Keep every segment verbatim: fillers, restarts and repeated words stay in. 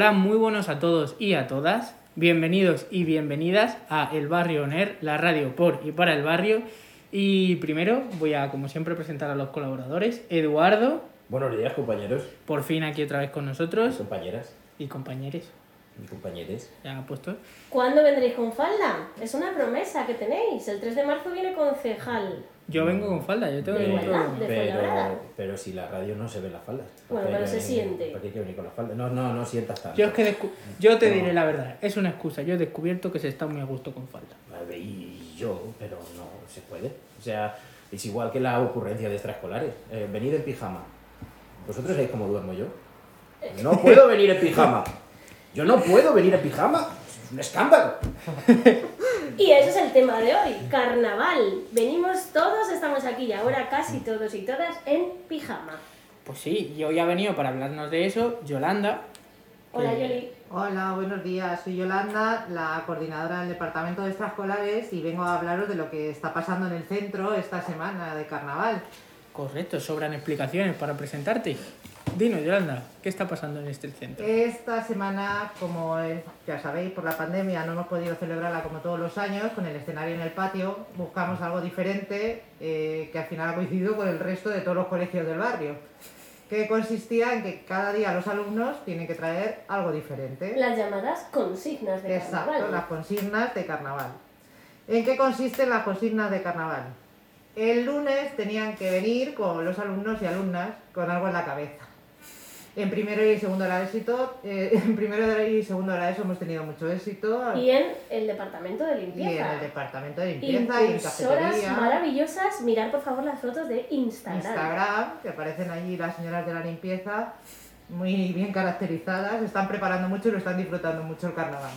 Hola, muy buenos a todos y a todas. Bienvenidos y bienvenidas a El Barrio On Air, la radio por y para el barrio. Y primero voy a, como siempre, presentar a los colaboradores. Eduardo. Buenos días, compañeros. Por fin aquí otra vez con nosotros. Y compañeras. Y compañeros. Y compañeres. Ya puesto. ¿Cuándo vendréis con falda? Es una promesa que tenéis. El tres de marzo viene concejal. Yo vengo con falda, yo tengo De todo. igualdad. de Pero, Fuenlabrada. pero si la radio no se ve las faldas. Bueno, ¿Para qué pero hay se que- siente. ¿Para qué hay que venir con las faldas? No, no, no sientas tanto. Yo es que descu- yo te No. diré la verdad, es una excusa. Yo he descubierto que se está muy a gusto con falda. Vale, y yo, pero no se puede. O sea, es igual que la ocurrencia de extraescolares. Eh, venid en pijama. ¿Vosotros sabéis cómo duermo yo? No puedo venir en pijama. Yo no puedo venir en pijama. Es un escándalo. Y ese es el tema de hoy, carnaval. Venimos todos, estamos aquí y ahora casi todos y todas en pijama. Pues sí, y hoy ha venido para hablarnos de eso Yolanda. Hola, que- Yoli. Hola, buenos días. Soy Yolanda, la coordinadora del Departamento de Extraescolares y vengo a hablaros de lo que está pasando en el centro esta semana de carnaval. Correcto, sobran explicaciones para presentarte. Dinos, Yolanda, ¿qué está pasando en este centro? Esta semana, como eh, ya sabéis, por la pandemia no hemos podido celebrarla como todos los años, con el escenario en el patio. Buscamos algo diferente eh, que al final ha coincidido con el resto de todos los colegios del barrio, que consistía en que cada día los alumnos tienen que traer algo diferente. Las llamadas consignas de Exacto, carnaval. las consignas de carnaval. ¿En qué consisten las consignas de carnaval? El lunes tenían que venir con los alumnos y alumnas con algo en la cabeza. En primero y segundo de la éxito, eh, en primero y segundo de la ESO hemos tenido mucho éxito. Y en el departamento de Y en limpieza. el departamento de limpieza y en Impulsoras cafetería. maravillosas. Mirar por favor las fotos de Instagram. Instagram, que aparecen allí las señoras de la limpieza, muy bien caracterizadas, están preparando mucho y lo están disfrutando mucho el carnaval.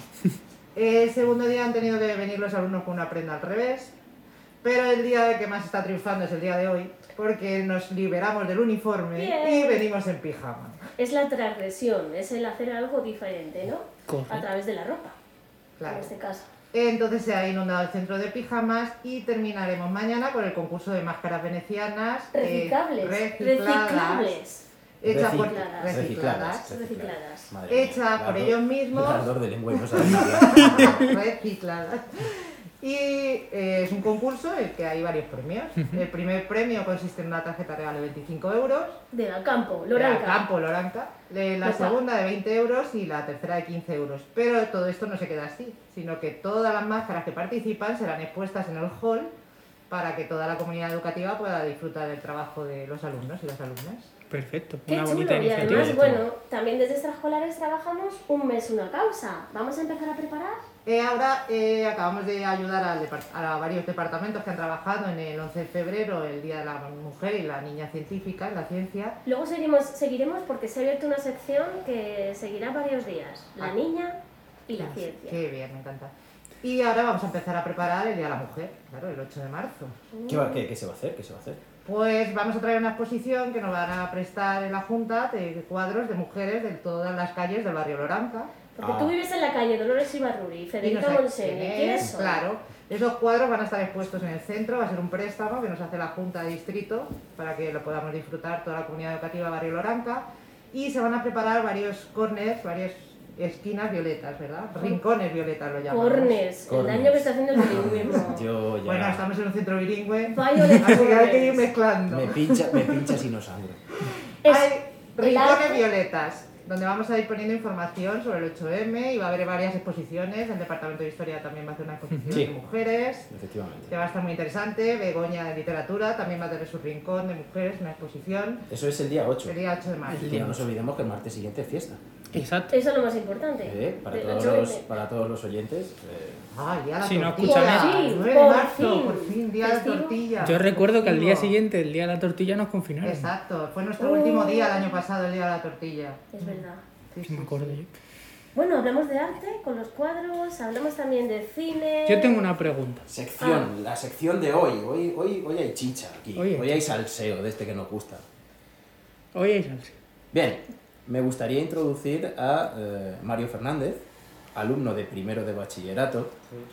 El segundo día han tenido que venir los alumnos con una prenda al revés, pero el día que más está triunfando es el día de hoy, porque nos liberamos del uniforme Bien. y venimos en pijama. Es la transgresión, es el hacer algo diferente, ¿no? Correcto. A través de la ropa, Claro. en este caso. Entonces se ha inundado el centro de pijamas y terminaremos mañana con el concurso de máscaras venecianas eh, Reciclables. recicladas, Reciclables. hechas por Recicladas. recicladas, Recicladas. Madre mía, Hecha por el ellos ardor- mismos. El ardor de lengua y no sabes hablar. recicladas. Y eh, es un concurso en el que hay varios premios. El primer premio consiste en una tarjeta regalo de veinticinco euros, De la campo, de Loranca. Campo Loranca, de la Opa. segunda de veinte euros y la tercera de quince euros. Pero todo esto no se queda así, sino que todas las máscaras que participan serán expuestas en el hall para que toda la comunidad educativa pueda disfrutar del trabajo de los alumnos y las alumnas. Perfecto, Qué una chulo, bonita y iniciativa. además, bueno, también desde extraescolares trabajamos un mes una causa. ¿Vamos a empezar a preparar? Eh, ahora eh, acabamos de ayudar al depart- a varios departamentos que han trabajado en el once de febrero, el Día de la Mujer y la Niña Científica, en la ciencia. Luego seguiremos, seguiremos porque se ha abierto una sección que seguirá varios días. La Ah. niña y la ciencia. Qué bien, me encanta. Y ahora vamos a empezar a preparar el Día de la Mujer, claro, el ocho de marzo. ¿Qué, va- qué- qué se va a hacer? ¿Qué se va a hacer? Pues vamos a traer una exposición que nos van a prestar en la Junta de cuadros de mujeres de todas las calles del barrio Loranca. Porque Ah. tú vives en la calle Dolores Ibarruri, Y no Federica sé Montseny. quién ¿Quiénes es, son? claro. Esos cuadros van a estar expuestos en el centro, va a ser un préstamo que nos hace la Junta de Distrito para que lo podamos disfrutar toda la comunidad educativa de Barrio Loranca. Y se van a preparar varios corners, varias esquinas violetas, ¿verdad? Rincones violetas lo llamamos. Cornes, el Cornes. daño que está haciendo el bilingüismo. Yo ya... Bueno, estamos en un centro bilingüe, Violet así que hay que ir Corners. mezclando. Me pincha, me pincha si no sangro. Es Hay el rincones arte- violetas, donde vamos a ir poniendo información sobre el ocho eme y va a haber varias exposiciones. El Departamento de Historia también va a hacer una exposición Sí. de mujeres, Efectivamente. que va a estar muy interesante. Begoña de Literatura también va a tener su rincón de mujeres, una exposición. Eso es el día ocho. El día ocho de marzo. Y no nos olvidemos que el martes siguiente es fiesta. Exacto. Eso es lo más importante. ¿eh? Para, Del todos ocho los, eme. para todos los oyentes. eh, Ay, ya la Si no tortilla. escuchan eso- el nueve de Por marzo, fin. por fin, día de la Festivo. tortilla. Yo recuerdo que al día Festivo. siguiente, el día de la tortilla, nos confinaron. Exacto, fue nuestro Oh. último día el año pasado, el día de la tortilla. Es verdad. Sí, Sí, me sí, acuerdo sí. yo. Bueno, hablamos de arte con los cuadros, hablamos también de cine. Yo tengo una pregunta. sección, la sección de hoy. Hoy, hoy. hoy hay chicha aquí. Hoy Hoy, hay hay salseo de este que nos gusta. Oye, Isabel, Bien, me gustaría introducir a eh, Mario Fernández, alumno de primero de bachillerato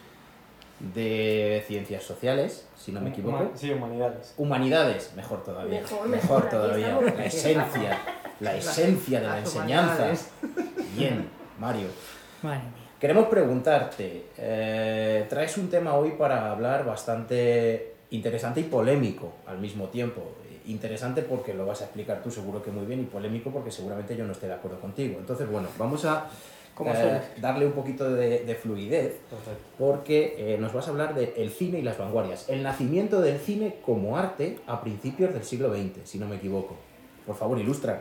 de Ciencias Sociales, si no me equivoco. Huma- Sí, humanidades. Humanidades, mejor todavía. Mejor, mejor, aquí todavía. estamos. La esencia, la esencia de la Las enseñanza. humanidades. Bien. Mario, Madre mía. queremos preguntarte, eh, traes un tema hoy para hablar bastante interesante y polémico al mismo tiempo. Interesante porque lo vas a explicar tú seguro que muy bien, y polémico porque seguramente yo no esté de acuerdo contigo. Entonces, bueno, vamos a Como eh, sueles. darle un poquito de, de fluidez, Perfecto. porque eh, nos vas a hablar del cine y las vanguardias. El nacimiento del cine como arte a principios del siglo veinte, si no me equivoco. Por favor, ilústranos.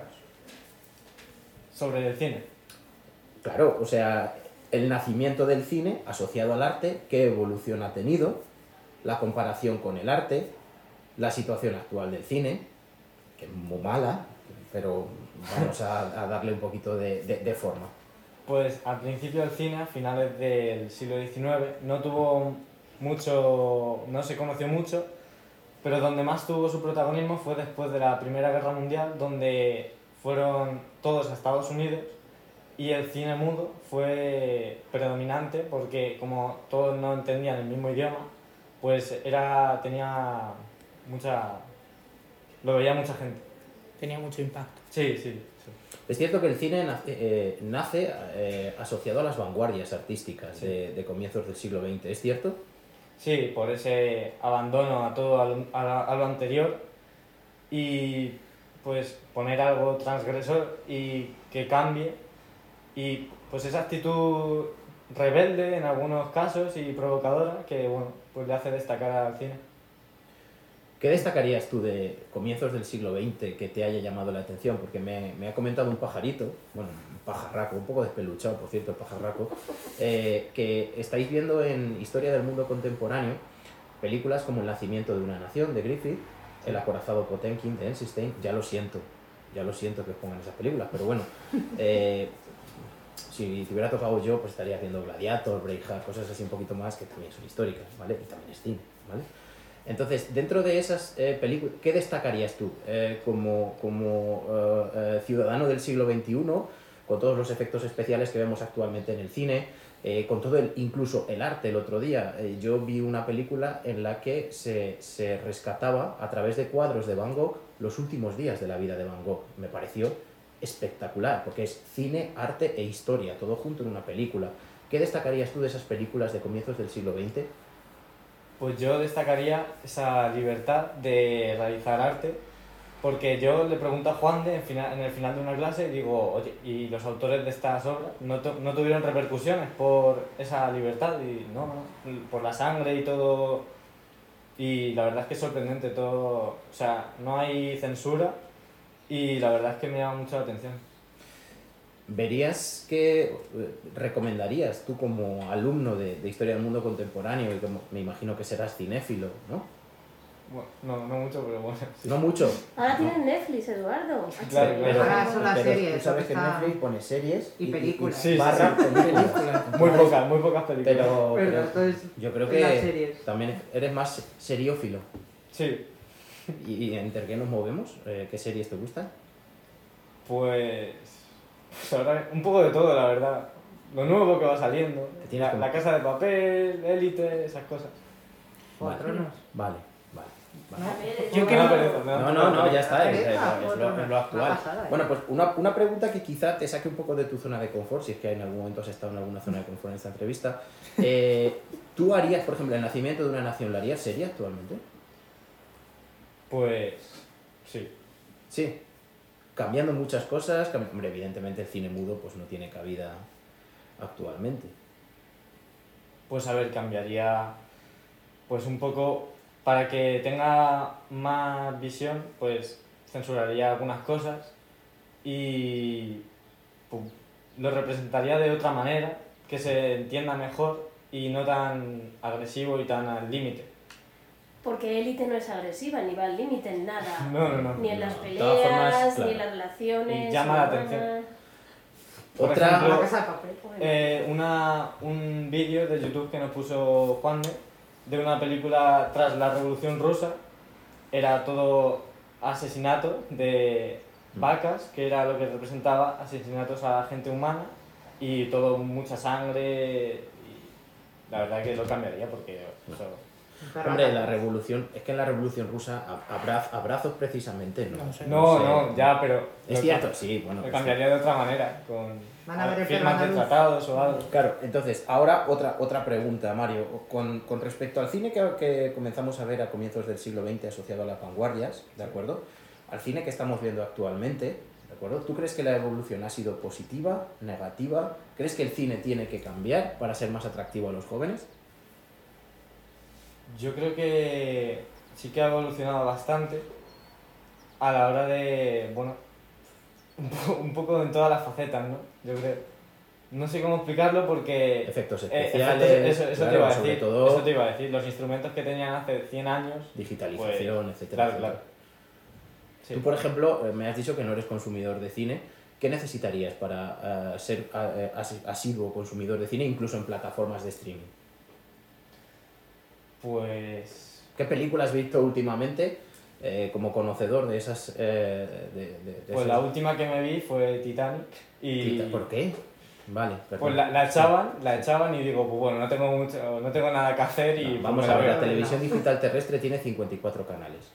Sobre el cine. Claro, o sea, el nacimiento del cine asociado al arte, qué evolución ha tenido, la comparación con el arte, la situación actual del cine, que es muy mala, pero vamos a, a darle un poquito de, de- de forma. Pues al principio el cine, a finales del siglo diecinueve, no tuvo mucho, no se conoció mucho, pero donde más tuvo su protagonismo fue después de la Primera Guerra Mundial, donde fueron todos a Estados Unidos y el cine mudo fue predominante porque como todos no entendían el mismo idioma, pues era, tenía mucha... lo veía mucha gente. Tenía mucho impacto. Sí, sí, sí. Es cierto que el cine nace, eh, nace eh, asociado a las vanguardias artísticas de, de comienzos del siglo veinte, ¿es cierto? Sí, por ese abandono a todo a lo, a la- a lo anterior y pues poner algo transgresor y que cambie y pues esa actitud rebelde en algunos casos y provocadora que bueno, pues le hace destacar al cine. ¿Qué destacarías tú de comienzos del siglo veinte que te haya llamado la atención? Porque me, me ha comentado un pajarito, bueno, un pajarraco, un poco despeluchado, por cierto, el pajarraco, eh, que estáis viendo en Historia del Mundo Contemporáneo películas como El nacimiento de una nación, de Griffith, El acorazado Potemkin, de Eisenstein. Ya lo siento, ya lo siento que os pongan esas películas, pero bueno, eh, si te hubiera tocado yo, pues estaría viendo Gladiator, Braveheart, cosas así un poquito más que también son históricas, ¿vale? Y también es cine, ¿vale? Entonces, dentro de esas eh, películas, ¿qué destacarías tú eh, como, como eh, eh, ciudadano del siglo veintiuno, con todos los efectos especiales que vemos actualmente en el cine, eh, con todo el, incluso el arte? El otro día eh, yo vi una película en la que se, se rescataba a través de cuadros de Van Gogh los últimos días de la vida de Van Gogh. Me pareció espectacular, porque es cine, arte e historia, todo junto en una película. ¿Qué destacarías tú de esas películas de comienzos del siglo veinte? Pues yo destacaría esa libertad de realizar arte, porque yo le pregunto a Juan de, en, final- en el final de una clase, digo, oye, ¿y los autores de estas obras no, tu- no tuvieron repercusiones por esa libertad? Y no, no, por la sangre y todo. Y la verdad es que es sorprendente todo, o sea, no hay censura y la verdad es que me llama mucho la atención. ¿Verías que eh, recomendarías tú como alumno de, de Historia del Mundo Contemporáneo, y como me imagino que serás cinéfilo, ¿no? Bueno, no, no mucho, pero bueno. sí. No mucho. Ahora tienen Netflix, Eduardo. Claro, H B O. Pero, Ahora son las pero series, tú sabes lo que que está- Netflix pone series y películas. Sí, sí, barra sí. películas. Muy pocas, muy pocas películas. Pero, Pero pero entonces, yo creo en las que series. también eres más seriófilo. Sí, ¿Y, y entre qué nos movemos? Eh, ¿Qué series te gustan? pues, pues ahora un poco de todo, la verdad. Lo nuevo que va saliendo. Te tienes La, que- la Casa de Papel, Élite, esas cosas. Juego de Tronos. Vale, vale. vale. A ver, Yo Eduardo. creo- Me da pereza, me da No, pereza. no, no, ya está, es, es- Pereza, es lo, Juego de es lo Tronos. actual. Una pasada, ¿eh? Bueno, pues una, una pregunta que quizá te saque un poco de tu zona de confort, si es que en algún momento has estado en alguna zona de confort en esta entrevista. Eh, ¿Tú harías, por ejemplo, el nacimiento de una nación, la harías seria actualmente? Pues, sí. Sí. Cambiando muchas cosas, cambi- hombre, evidentemente el cine mudo pues no tiene cabida actualmente. Pues a ver, cambiaría pues un poco para que tenga más visión, pues censuraría algunas cosas y pues, lo representaría de otra manera, que se entienda mejor y no tan agresivo y tan al límite. Porque Élite no es agresiva, ni va al límite en nada. No, no, no. Ni en las No, de peleas, todas formas, ni claro. en las relaciones. Y llama la humanas. atención. Por Otra- ejemplo, La Casa de Papel. Bueno, Eh, una, un vídeo de YouTube que nos puso Juan de una película tras la Revolución Rusa. Era todo asesinato de vacas, que era lo que representaba asesinatos a gente humana y todo mucha sangre. Y la verdad que lo cambiaría porque eso, Un perro Hombre, ataca. la revolución, es que en la revolución rusa a- abraz- abrazos precisamente no. No sé. no, sé. no, ya, pero Es lo cierto, cam- sí, bueno. lo pues cambiaría de otra manera, con Van a ver el perro firmas de andaluz. tratados o algo. Claro, entonces, ahora otra, otra pregunta, Mario. Con, con respecto al cine que, que comenzamos a ver a comienzos del siglo veinte asociado a las vanguardias, ¿de acuerdo? Al cine que estamos viendo actualmente, ¿de acuerdo? ¿Tú crees que la evolución ha sido positiva, negativa? ¿Crees que el cine tiene que cambiar para ser más atractivo a los jóvenes? Yo creo que sí que ha evolucionado bastante a la hora de, bueno, un, po- un poco en todas las facetas, ¿no? Yo creo. No sé cómo explicarlo porque... Efectos eh, especiales, efectos- eso, eso claro, te iba a sobre decir, todo eso te iba a decir. Los instrumentos que tenían hace cien años... digitalización, pues, etcétera, Claro, etcétera. claro. Sí. Tú, por ejemplo, eh, me has dicho que no eres consumidor de cine. ¿Qué necesitarías para eh, ser eh, asi- asiduo consumidor de cine, incluso en plataformas de streaming? Pues... ¿Qué película has visto últimamente eh, como conocedor de esas... eh, de, de- de Pues esas- la última que me vi fue Titanic y... ¿Por qué? Vale, perdón. Pues la, la echaban, la echaban y digo, pues bueno, no tengo mucho, no tengo nada que hacer y No, pues vamos me a la ver, veo. la televisión digital terrestre tiene cincuenta y cuatro canales.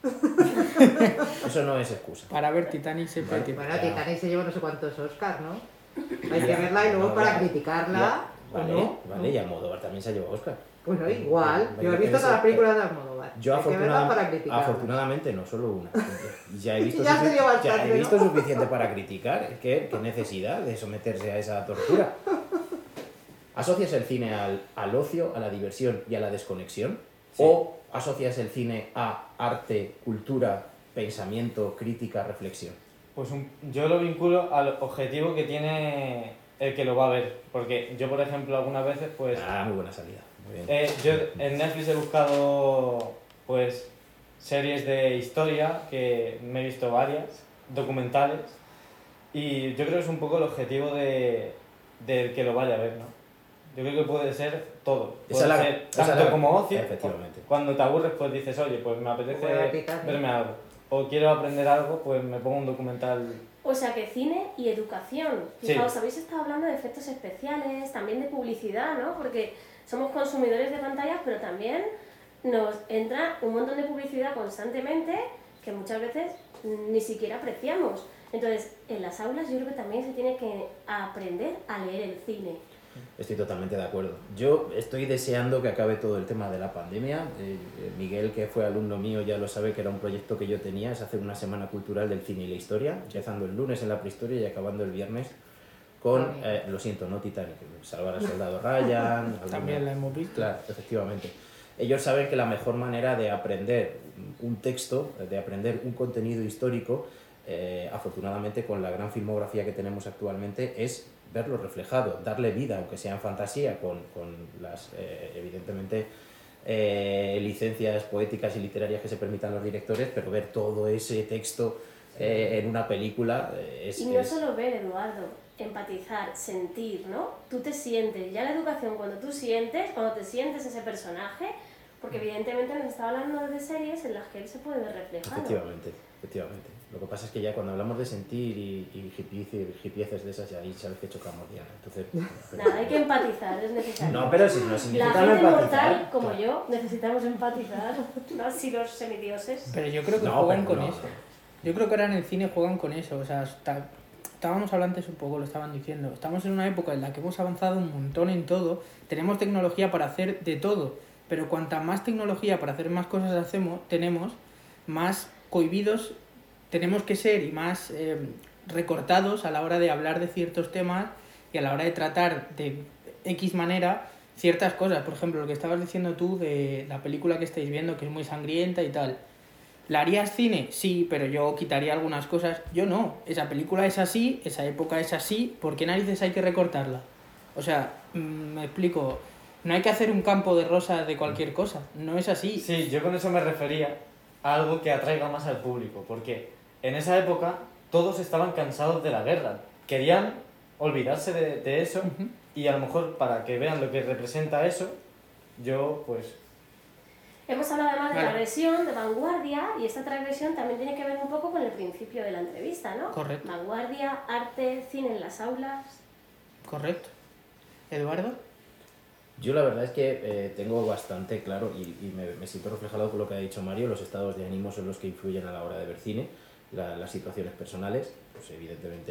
Eso no es excusa. Para ver Titanic siempre Vale. hay que... Bueno, Titanic se lleva no sé cuántos Oscars, ¿no? Hay que Ya, verla y luego no, para ya, criticarla, ya, ¿o Vale, no? vale, y Almodóvar también se ha llevado Oscar. Bueno, igual. Vale, Yo he que visto ese- todas las películas de Almodóvar. Yo Hay que verlas para afortunadamente, criticarlas. afortunadamente no, solo una. Ya he visto, Ya has sufi- tenido bastante, ya he visto ¿no? suficiente para criticar. Es que, qué necesidad de someterse a esa tortura. ¿Asocias el cine al, al ocio, a la diversión y a la desconexión? Sí. ¿O asocias el cine a arte, cultura, pensamiento, crítica, reflexión? Pues un- yo lo vinculo al objetivo que tiene el que lo va a ver. Porque yo, por ejemplo, algunas veces, pues... Ah, muy buena salida. Muy bien. eh, yo en Netflix he buscado, pues, series de historia, que me he visto varias, documentales, y yo creo que es un poco el objetivo de, del que lo vaya a ver, ¿no? Yo creo que puede ser todo. Esa Puede es la- ser esa es tanto la- como ocio. efectivamente. Cuando te aburres, pues dices, oye, pues me apetece Voy a Titanic. verme algo. O quiero aprender algo, pues me pongo un documental. O sea que cine y educación. Sí. Fijaos, habéis estado hablando de efectos especiales, también de publicidad, ¿no? Porque somos consumidores de pantallas, pero también nos entra un montón de publicidad constantemente que muchas veces ni siquiera apreciamos. Entonces, en las aulas yo creo que también se tiene que aprender a leer el cine. Estoy totalmente de acuerdo. Yo estoy deseando que acabe todo el tema de la pandemia. Eh, eh, Miguel, que fue alumno mío, ya lo sabe que era un proyecto que yo tenía, es hacer una semana cultural del cine y la historia, empezando el lunes en la prehistoria y acabando el viernes con, Ah, bien. eh, lo siento, no Titanic, Salvar al Soldado Ryan. alguna- También la hemos visto. Claro, efectivamente. Ellos saben que la mejor manera de aprender un texto, de aprender un contenido histórico, eh, afortunadamente con la gran filmografía que tenemos actualmente, es verlo reflejado, darle vida, aunque sea en fantasía, con, con las, eh, evidentemente, eh, licencias poéticas y literarias que se permitan los directores, pero ver todo ese texto eh, en una película eh, es... Y no es- solo ver, Eduardo, empatizar, sentir, ¿no? Tú te sientes, ya la educación, cuando tú sientes, cuando te sientes ese personaje, porque evidentemente nos está hablando de series en las que él se puede ver reflejado. Efectivamente, efectivamente. Lo que pasa es que ya cuando hablamos de sentir y, y hippie- hippieces de esas, ya ahí sabes que chocamos, Diana. Entonces, Nada, hay que empatizar, es necesario. no, pero si no La significa no gente empatizar. mortal, como Claro. yo, necesitamos empatizar, no así los semidioses. Pero yo creo que No, juegan pero con no. eso. Yo creo que ahora en el cine juegan con eso. O sea, está- estábamos hablando antes un poco, lo estaban diciendo. Estamos en una época en la que hemos avanzado un montón en todo. Tenemos tecnología para hacer de todo. Pero cuanta más tecnología para hacer más cosas hacemos, tenemos, más cohibidos tenemos que ser y más eh, recortados a la hora de hablar de ciertos temas y a la hora de tratar de X manera ciertas cosas. Por ejemplo, lo que estabas diciendo tú de la película que estáis viendo, que es muy sangrienta y tal. ¿La harías cine? Sí, pero yo quitaría algunas cosas. Yo no. Esa película es así, esa época es así. ¿Por qué narices hay que recortarla? O sea, mm, me explico. No hay que hacer un campo de rosas de cualquier cosa. No es así. Sí, yo con eso me refería a algo que atraiga más al público, porque en esa época todos estaban cansados de la guerra. Querían olvidarse de, de eso Ujú. y a lo mejor para que vean lo que representa eso, yo pues... Hemos hablado además de Vale. transgresión, de vanguardia, y esta transgresión también tiene que ver un poco con el principio de la entrevista, ¿no? Correcto. Vanguardia, arte, cine en las aulas. Correcto. ¿Eduardo? Yo la verdad es que eh, tengo bastante claro y, y me, me siento reflejado con lo que ha dicho Mario, los estados de ánimo son los que influyen a la hora de ver cine, la- las situaciones personales, pues evidentemente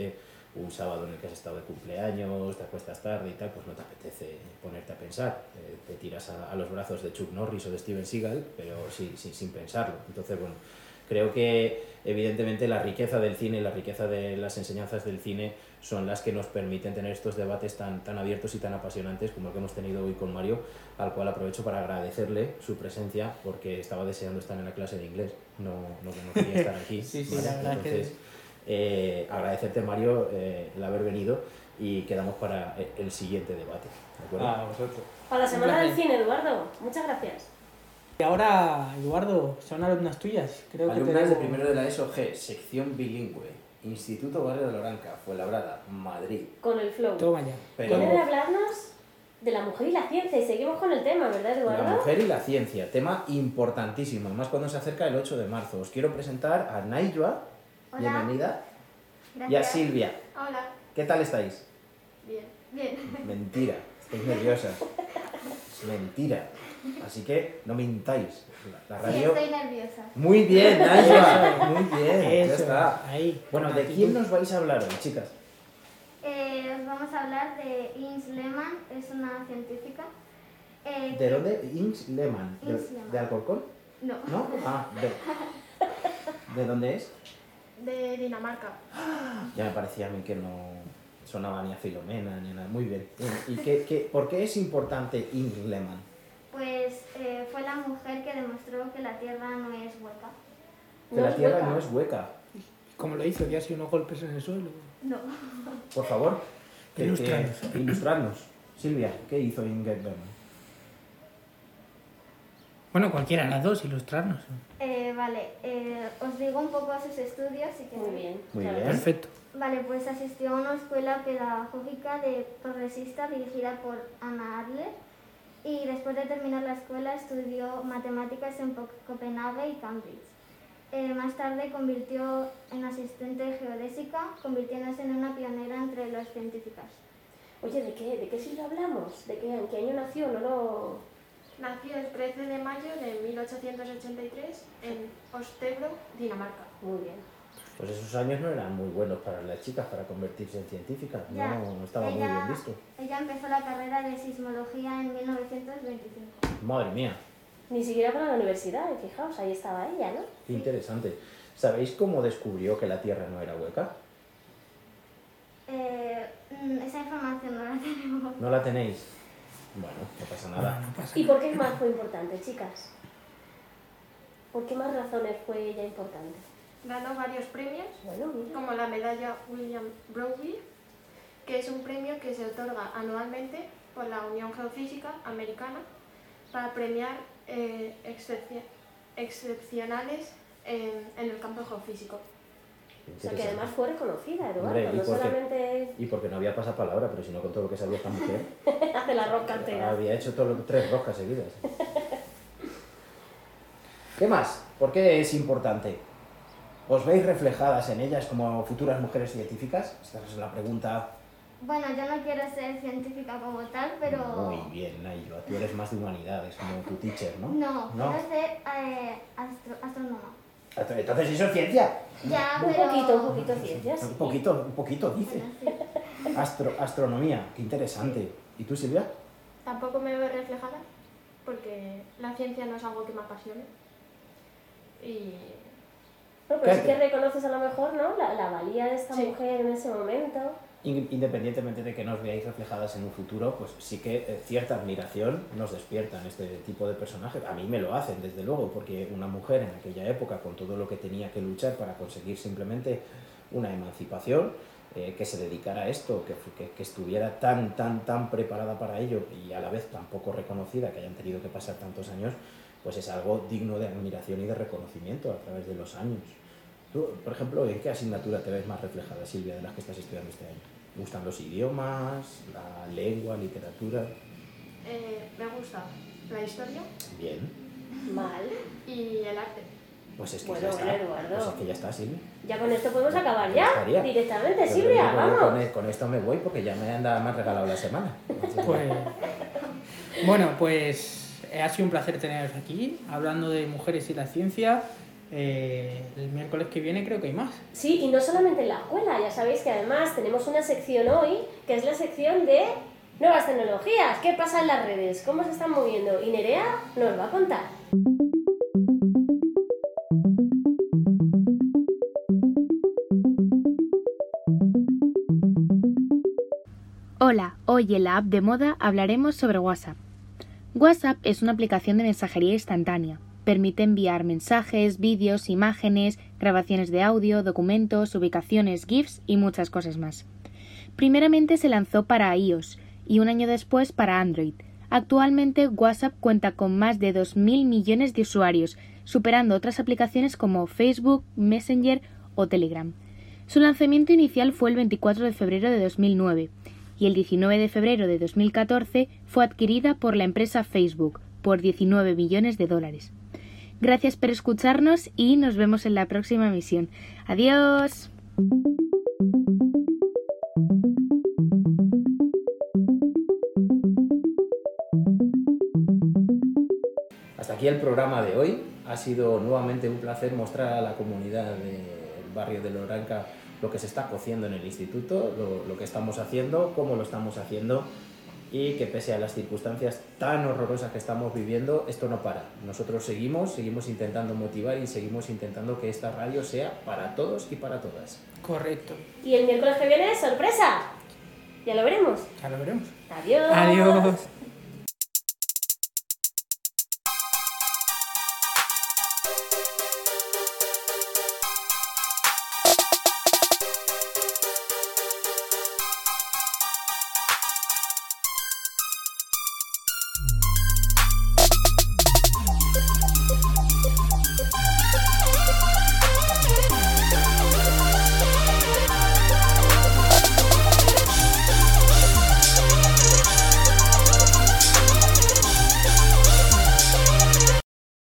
un sábado en el que has estado de cumpleaños, te acuestas tarde y tal, pues no te apetece ponerte a pensar. Eh, te tiras a, a los brazos de Chuck Norris o de Steven Seagal, pero sí, sí, sin pensarlo. Entonces, bueno, creo que evidentemente la riqueza del cine y la riqueza de las enseñanzas del cine son las que nos permiten tener estos debates tan, tan abiertos y tan apasionantes como el que hemos tenido hoy con Mario, al cual aprovecho para agradecerle su presencia porque estaba deseando estar en la clase de inglés, no, no, no quería estar aquí. Sí, sí, ¿vale? la verdad Entonces, que... eh, agradecerte, Mario, eh, el haber venido y quedamos para el siguiente debate. ¿De acuerdo? Ah, vosotros. Para la Un Semana del placer. Cine, Eduardo. Muchas gracias. Y ahora, Eduardo, son alumnas tuyas. Creo que Alumnas te de debo- primero de la ESO G, sección bilingüe, Instituto Barrio de Loranca, Fuenlabrada, Madrid. Con el flow. Toma ya. Pero Viene de hablarnos de la mujer y la ciencia y seguimos con el tema, ¿verdad, Eduardo? la mujer y la ciencia, tema importantísimo, además cuando se acerca el ocho de marzo. Os quiero presentar a Naijua, Hola. bienvenida, Gracias. y a Silvia. Hola. ¿Qué tal estáis? Bien. Bien. Mentira, estáis nerviosas. Es mentira. Así que no mintáis. La, la Sí, radio... estoy nerviosa. Muy bien, Naijua, muy bien, ya Eso, está. ahí. Bueno, con ¿de actitud. quién nos vais a hablar hoy, chicas? Eh, os vamos a hablar de Ines Lehmann, es una científica. eh, ¿De que- dónde? Ings Lehmann. ¿De, Ins Lehmann. de Alcorcón? No, ¿No? Ah, de, ¿de dónde es? de Dinamarca. Ya me parecía a mí que no sonaba ni a Filomena ni nada. Muy bien. ¿Y qué, qué, por qué es importante Ings Lehmann? Pues eh, fue la mujer que demostró que la Tierra no es hueca. Que No la es Tierra hueca. no es hueca. Como lo hizo, dio así unos golpes en el suelo. No. Por favor, que- que- Ilústranos. ilustradnos. Silvia, ¿qué hizo Ings Lehmann? Bueno, cualquiera de las dos, ilustrarnos. Eh, vale, eh, os digo un poco sus estudios si queréis. Muy bien. Muy claro. bien. Perfecto. Vale, pues asistió a una escuela pedagógica de progresista dirigida por Anna Adler y después de terminar la escuela estudió matemáticas en Po- Copenhague y Cambridge. Eh, más tarde convirtió en asistente geodésica, convirtiéndose en una pionera entre las científicas. Oye, ¿de qué, ¿de qué siglo hablamos? ¿De qué, ¿En qué año nació? No lo... Nació el trece de mayo de mil ochocientos ochenta y tres en Ostebro, Dinamarca. Muy bien. Pues esos años no eran muy buenos para las chicas para convertirse en científicas. Ya, No, no estaba muy ella- bien visto. Ella empezó la carrera de sismología en mil novecientos veinticinco. Madre mía, Ni siquiera para la universidad, y fijaos, ahí estaba ella, ¿no? qué interesante. ¿Sabéis cómo descubrió que la Tierra no era hueca? Eh, mm, esa información no la tenemos. ¿No la tenéis? Bueno, no pasa nada. Ah, no pasa ¿Y nada. por qué más fue importante, chicas? ¿Por qué más razones fue ella importante? Ganó varios premios, Bueno, mira. como la medalla William Browley, que es un premio que se otorga anualmente por la Unión Geofísica Americana para premiar eh, excepci- excepcionales en, en el campo geofísico. O sea, que además fue reconocida, Eduardo. Hombre, ¿y no por qué? solamente Y porque no había pasapalabra, pero si no con todo lo que sabía esta mujer, hace la rosca entera. había hecho todo lo- tres roscas seguidas. ¿Qué más? ¿Por qué es importante? ¿Os veis reflejadas en ellas como futuras mujeres científicas? Esta es la pregunta. Bueno, yo no quiero ser científica como tal, pero... Muy bien, Nayo. Tú eres más de humanidades, como tu teacher, ¿no? No, ¿No? quiero ser eh, astro- astrónoma. Entonces eso es ciencia. Ya, Un pero... poquito, un poquito ciencia, sí. Un poquito, un poquito dice. Bueno, sí. Astro, astronomía, qué interesante. ¿Y tú, Silvia? Tampoco me veo reflejada, porque la ciencia no es algo que me apasione. Y Bueno, pero sí ¿Qué? que reconoces a lo mejor, ¿no? La, la valía de esta Sí. mujer en ese momento. In- Independientemente de que nos veáis reflejadas en un futuro, pues sí que eh, cierta admiración nos despiertan este tipo de personajes. A mí me lo hacen, desde luego, porque una mujer en aquella época, con todo lo que tenía que luchar para conseguir simplemente una emancipación, eh, que se dedicara a esto, que, fu- que, que estuviera tan, tan, tan preparada para ello y a la vez tan poco reconocida, que hayan tenido que pasar tantos años, pues es algo digno de admiración y de reconocimiento a través de los años. Tú, por ejemplo, ¿en qué asignatura te ves más reflejada, Silvia, de las que estás estudiando este año? ¿Te gustan los idiomas, la lengua, literatura? eh, me gusta la historia Bien, Mal. y el arte. pues es que Bueno, ya está. bueno, Eduardo. Pues es que ya está, Silvia. Ya con esto podemos acabar Ya ya. estaría. Directamente, Yo Silvia, creo que vamos. Con, e- con esto me voy porque ya me han, dado- me han regalado la semana. Pues, bueno, pues eh, ha sido un placer teneros aquí, hablando de mujeres y la ciencia. eh, el miércoles que viene creo que hay más. Sí, y no solamente en la escuela, ya sabéis que además tenemos una sección hoy, que es la sección de nuevas tecnologías. ¿Qué pasa en las redes? ¿Cómo se están moviendo? Y Nerea nos va a contar. Hola, hoy en la app de moda hablaremos sobre WhatsApp. WhatsApp es una aplicación de mensajería instantánea. Permite enviar mensajes, vídeos, imágenes, grabaciones de audio, documentos, ubicaciones, GIFs y muchas cosas más. Primeramente se lanzó para iOS y un año después para Android. Actualmente WhatsApp cuenta con más de dos mil millones de usuarios, superando otras aplicaciones como Facebook, Messenger o Telegram. Su lanzamiento inicial fue el veinticuatro de febrero de dos mil nueve. Y el diecinueve de febrero de dos mil catorce fue adquirida por la empresa Facebook por diecinueve millones de dólares. Gracias por escucharnos y nos vemos en la próxima emisión. ¡Adiós! Hasta aquí el programa de hoy. Ha sido nuevamente un placer mostrar a la comunidad del barrio de Loranca lo que se está cociendo en el instituto, lo, lo que estamos haciendo, cómo lo estamos haciendo y que pese a las circunstancias tan horrorosas que estamos viviendo, esto no para. Nosotros seguimos, seguimos intentando motivar y seguimos intentando que esta radio sea para todos y para todas. Correcto. Y el miércoles que viene, sorpresa. Ya lo veremos. Ya lo veremos. Adiós. Adiós.